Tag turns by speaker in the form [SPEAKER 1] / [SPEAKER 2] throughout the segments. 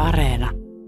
[SPEAKER 1] Areena.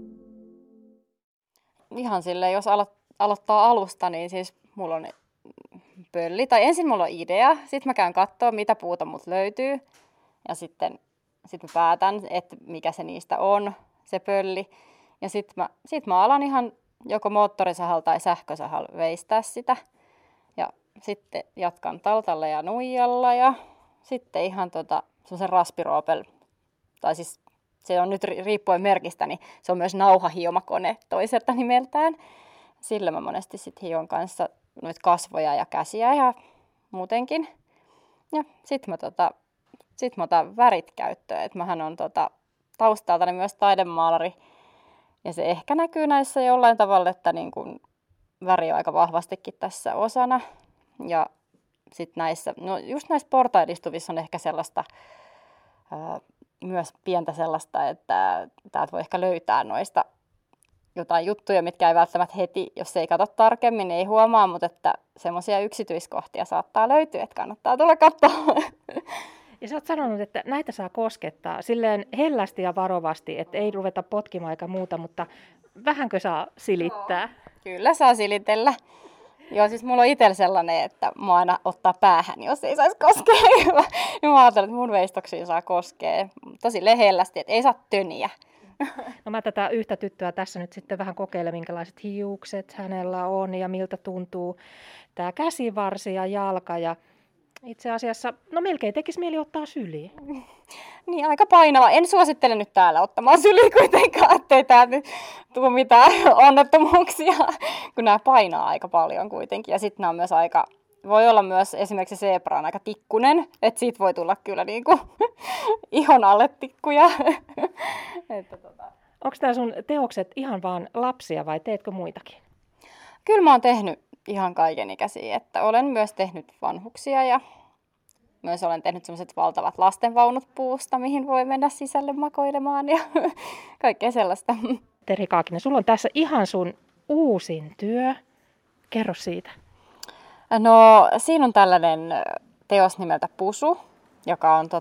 [SPEAKER 2] Ihan silleen, jos aloittaa alusta, niin siis mulla on pölli. Tai ensin mulla on idea, sitten mä käyn kattoo, mitä puuta mut löytyy. Ja sitten mä päätän, että mikä se niistä on, se pölli. Ja sitten mä alan ihan joko moottorisahalla tai sähkösahalla veistää sitä. Ja sitten jatkan taltalla ja nuijalla ja sitten ihan semmoisen raspiroopel, tai siis se on nyt riippuen merkistä, niin se on myös nauhahiomakone toiselta nimeltään. Sillä mä monesti sitten hion kanssa noita kasvoja ja käsiä ja muutenkin. Ja sitten mä otan värit käyttöön. Et mähän on taustaltani myös taidemaalari. Ja se ehkä näkyy näissä jollain tavalla, että niin kun väri on aika vahvastikin tässä osana. Ja sitten just näissä portaidistuvissa on ehkä sellaista, myös pientä sellaista, että täältä voi ehkä löytää noista jotain juttuja, mitkä ei välttämättä heti, jos ei katso tarkemmin, niin ei huomaa, mutta että semmoisia yksityiskohtia saattaa löytyä, että kannattaa tulla katsoa.
[SPEAKER 3] Ja sä oot sanonut, että näitä saa koskettaa silleen hellästi ja varovasti, että ei ruveta potkimaan eikä muuta, mutta vähänkö saa silittää?
[SPEAKER 2] No, kyllä saa silitellä. Joo, siis mulla on itsellä sellainen, että mä aina ottaa päähän, jos ei saisi koskea. Mä ajattelen, että mun veistoksia saa koskea tosi lehellästi, että ei saa töniä.
[SPEAKER 3] No mä tätä yhtä tyttöä tässä nyt sitten vähän kokeilen, minkälaiset hiukset hänellä on ja miltä tuntuu tämä käsivarsi ja jalka. Ja itse asiassa, no melkein tekisi mieli ottaa syliin.
[SPEAKER 2] Niin, aika painava. En suosittele nyt täällä ottamaan syliin kuitenkaan, ettei täältä tule mitään onnettomuuksia, kun nämä painaa aika paljon kuitenkin. Ja sitten nämä on myös voi olla myös esimerkiksi zebra on aika tikkunen, että siitä voi tulla kyllä niinku ihon alle tikkuja.
[SPEAKER 3] Onko tämä sun teokset ihan vaan lapsia vai teetkö muitakin?
[SPEAKER 2] Kyllä mä oon tehnyt ihan kaikenikäisiä, että olen myös tehnyt vanhuksia ja myös olen tehnyt sellaiset valtavat lastenvaunut puusta, mihin voi mennä sisälle makoilemaan ja kaikkea sellaista.
[SPEAKER 3] Terhi Kaakinen, sulla on tässä ihan sun uusin työ. Kerro siitä.
[SPEAKER 2] No siinä on tällainen teos nimeltä Pusu, joka on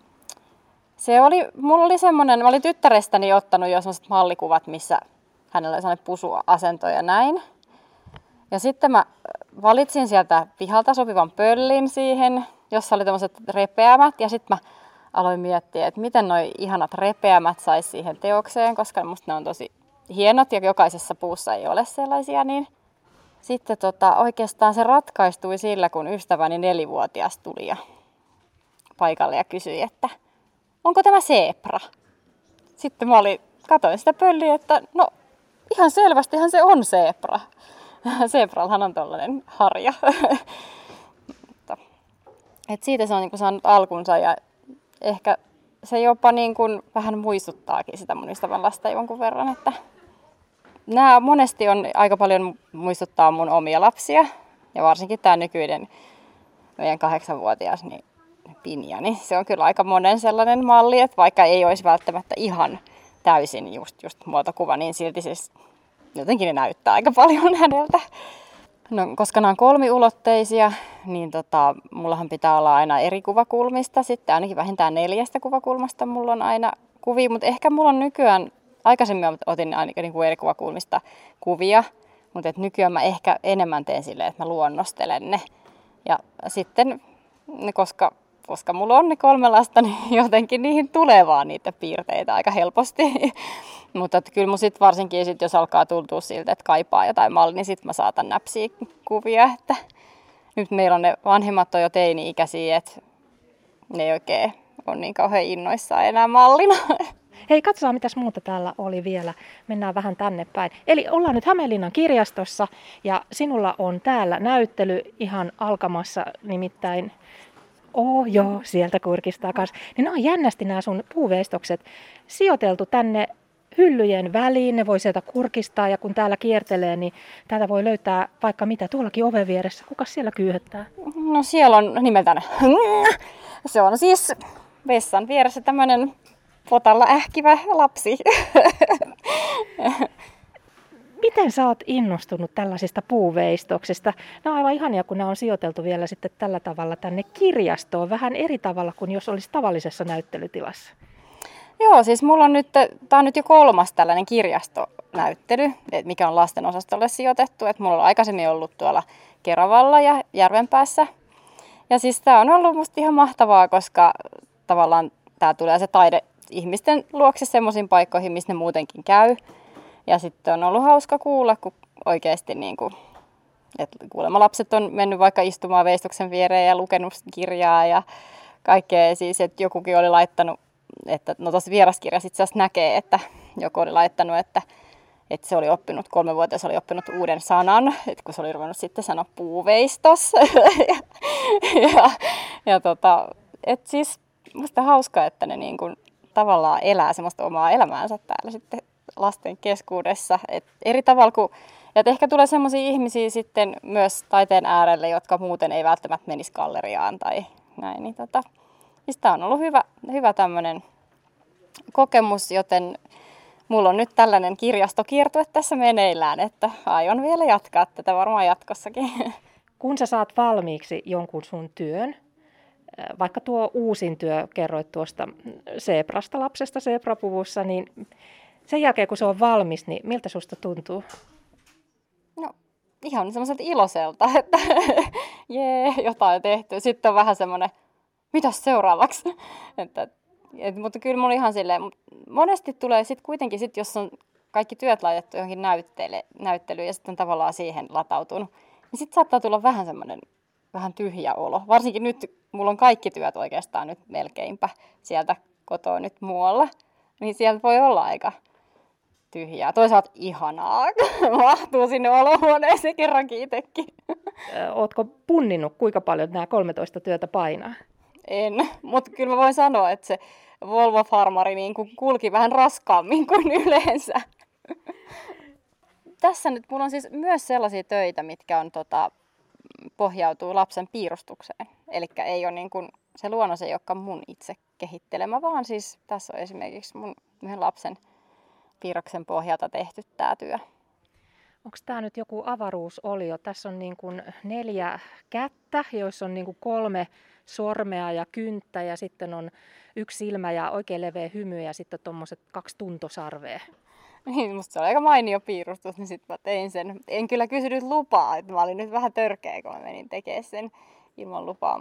[SPEAKER 2] mulla oli semmoinen, mä olin tyttärestäni ottanut jo sellaiset mallikuvat, missä hänellä oli sellainen pusuasento ja näin. Ja sitten mä valitsin sieltä pihalta sopivan pöllin siihen, jossa oli tämmöiset repeämät. Ja sitten mä aloin miettiä, että miten noi ihanat repeämät sais siihen teokseen, koska musta ne on tosi hienot ja jokaisessa puussa ei ole sellaisia. Niin sitten oikeastaan se ratkaistui sillä, kun ystäväni 4-vuotias tuli paikalle ja kysyi, että onko tämä zebra? Sitten mä katoin sitä pölliä, että no ihan selvästihan se on zebra. Zebrallahan on tollainen harja. Et siitä se on niin kuin saanut alkunsa ja ehkä se jopa niin kuin vähän muistuttaakin sitä mun ystävän lasta jonkun verran. Että nämä monesti on aika paljon muistuttaa mun omia lapsia ja varsinkin tämä nykyinen meidän 8-vuotias niin Pinja, niin se on kyllä aika monen sellainen malli, että vaikka ei olisi välttämättä ihan täysin just muotokuva, niin silti siis jotenkin ne näyttää aika paljon häneltä. No, koska nämä on kolmiulotteisia, niin mullahan pitää olla aina eri kuvakulmista. Sitten ainakin vähintään 4 kuvakulmasta mulla on aina kuvia, mutta ehkä mulla on nykyään, aikaisemmin otin ainakin niin kuin eri kuvakulmista kuvia, mutta nykyään mä ehkä enemmän teen silleen, että mä luonnostelen ne. Ja sitten, koska mulla on ne 3 lasta, niin jotenkin niihin tulee vaan niitä piirteitä aika helposti. Mutta kyllä mun sit varsinkin jos alkaa tuntua siltä, että kaipaa jotain mallia, niin sit mä saatan näpsiä kuvia. Että nyt meillä on ne vanhemmat on jo teini-ikäisiä, että ne ei oikein ole niin kauhean innoissaan enää mallina.
[SPEAKER 3] Hei, katsotaan mitäs muuta täällä oli vielä. Mennään vähän tänne päin. Eli ollaan nyt Hämeenlinnan kirjastossa ja sinulla on täällä näyttely ihan alkamassa, nimittäin joo, sieltä kurkistaa kanssa. Niin nämä on jännästi nämä sun puuveistokset sijoiteltu tänne hyllyjen väliin. Ne voi sieltä kurkistaa ja kun täällä kiertelee, niin täältä voi löytää vaikka mitä. Tuollakin oven vieressä. Kukas siellä kyyhöttää?
[SPEAKER 2] No siellä on nimeltään. Se on siis vessan vieressä tämmöinen potalla ähkivä lapsi.
[SPEAKER 3] Miten sä oot innostunut tällaisista puuveistoksista? Nämä on aivan ihania, kun nämä on sijoiteltu vielä sitten tällä tavalla tänne kirjastoon. Vähän eri tavalla kuin jos olisi tavallisessa näyttelytilassa.
[SPEAKER 2] Joo, siis mulla on nyt, tää on nyt jo 3. tällainen kirjastonäyttely, mikä on lastenosastolle sijoitettu. Et mulla on aikaisemmin ollut tuolla Keravalla ja Järvenpäässä. Ja siis tää on ollut musta ihan mahtavaa, koska tavallaan tää tulee se taide ihmisten luokse semmoisiin paikkoihin, missä ne muutenkin käy. Ja sitten on ollut hauska kuulla, kun oikeasti että kuulemma lapset on mennyt vaikka istumaan veistoksen viereen ja lukenut kirjaa ja kaikkea. Siis, että jokukin oli laittanut, että no tuossa vieraskirjassa itse asiassa näkee, että joku oli laittanut, että se oli oppinut, 3-vuotias oli oppinut uuden sanan, että kun se oli ruvennut sitten sanoa puuveistos. Että siis musta hauskaa, että ne niin kuin tavallaan elää semmoista omaa elämäänsä täällä sitten lasten keskuudessa. Et eri tavalla kuin, ja ehkä tulee semmoisia ihmisiä sitten myös taiteen äärelle, jotka muuten ei välttämättä menisi galleriaan tai näin. Niin tämä on ollut hyvä tämmöinen kokemus, joten mulla on nyt tällainen kirjastokiertue tässä meneillään, että aion vielä jatkaa tätä varmaan jatkossakin.
[SPEAKER 3] Kun sä saat valmiiksi jonkun sun työn, vaikka tuo uusin työ, kerroit tuosta seeprasta, lapsesta seeprapuvussa, niin sen jälkeen kun se on valmis, niin miltä susta tuntuu?
[SPEAKER 2] No ihan semmoiselta iloiselta, että jee, jotain tehty. Sitten on vähän semmoinen, mitäs seuraavaksi? Mutta kyllä mulla ihan silleen, monesti tulee sitten kuitenkin, jos on kaikki työt laitettu johonkin näyttelyyn ja sitten on tavallaan siihen latautunut, niin sitten saattaa tulla vähän semmoinen vähän tyhjä olo. Varsinkin nyt, mulla on kaikki työt oikeastaan nyt melkeinpä sieltä kotoa nyt muualla, niin sieltä voi olla aika tyhjää. Toisaalta ihanaa, mahtuu sinne olohuoneeseen kerrankin itsekin.
[SPEAKER 3] Ootko punninnut, kuinka paljon nämä 13 työtä painaa?
[SPEAKER 2] En, mutta kyllä mä voin sanoa, että se Volvo-farmari niin kulki vähän raskaammin kuin yleensä. Tässä nyt mulla on siis myös sellaisia töitä, mitkä on, pohjautuu lapsen piirustukseen. Eli ei ole niin kuin, se luonnos ei olekaan mun itse kehittelemä, vaan siis tässä on esimerkiksi mun yhden lapsen piirroksen pohjalta tehty tämä työ.
[SPEAKER 3] Onko tämä nyt joku avaruusolio? Tässä on niin kuin 4 kättä, joissa on niin kuin 3 sormea ja kynttä ja sitten on 1 silmä ja oikein leveä hymy ja sitten tuommoiset 2 tuntosarvea.
[SPEAKER 2] Niin, musta se oli aika mainio piirustus, niin sitten mä tein sen. En kyllä kysynyt lupaa, että mä olin nyt vähän törkeä, kun mä menin tekemään sen ilman lupaa,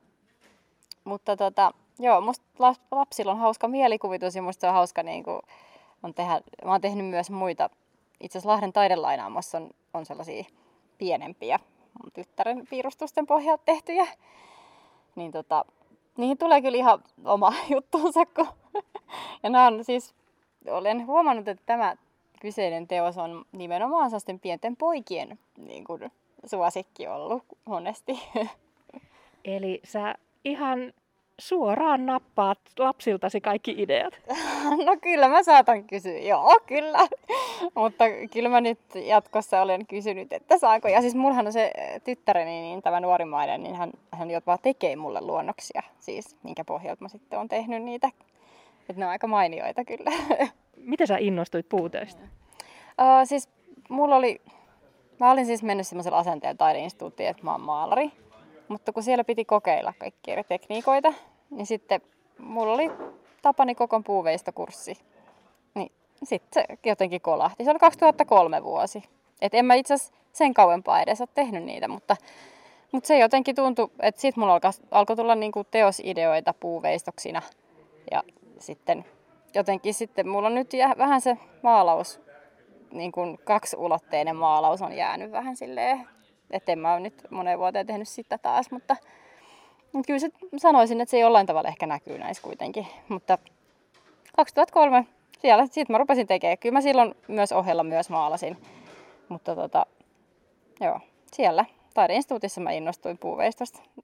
[SPEAKER 2] mutta joo, musta lapsilla on hauska mielikuvitus ja musta se on hauska mä oon tehnyt myös muita. Itse asiassa Lahden taidelainaamassa on sellaisia pienempiä mun tyttären piirustusten pohjalta tehtyjä. Niin niihin tulee kyllä ihan oma juttuunsa. Ja nämä on siis, olen huomannut, että tämä kyseinen teos on nimenomaan sellaisten pienten poikien niin kuin, suosikki ollut monesti.
[SPEAKER 3] Eli sä ihan suoraan nappaat lapsiltasi kaikki ideat?
[SPEAKER 2] No kyllä mä saatan kysyä, joo kyllä. Mutta kyllä mä nyt jatkossa olen kysynyt, että saako. Ja siis mullahan on se tyttäreni, niin tämä nuorimmainen, niin hän jopa tekee mulle luonnoksia, siis minkä pohjalta mä sitten olen tehnyt niitä. Että ne on aika mainioita kyllä.
[SPEAKER 3] Miten sä innostuit puutöistä?
[SPEAKER 2] Siis mä olin siis mennyt semmoisella asenteella taideinstituuttiin, että mä oon maalari. Mutta kun siellä piti kokeilla kaikkia eri tekniikoita, niin sitten mulla oli Tapani Kokon puuveistokurssi. Niin sitten se jotenkin kolahti. Se oli 2003 vuosi. Et en mä itse asiassa sen kauempaa edes ole tehnyt niitä, mutta se jotenkin tuntui, että sitten mulla alkoi tulla niinku teosideoita puuveistoksina. Ja sitten jotenkin mulla on nyt vähän se maalaus, niin kuin 2-ulotteinen maalaus on jäänyt vähän silleen. Että en mä ole nyt moneen vuoteen tehnyt sitä taas, mutta kyllä sanoisin, että se jollain tavalla ehkä näkyy näissä kuitenkin. Mutta 2003 siitä mä rupesin tekemään. Kyllä mä silloin myös ohella myös maalasin. Mutta joo, siellä taideinstituutissa mä innostuin puuveistosta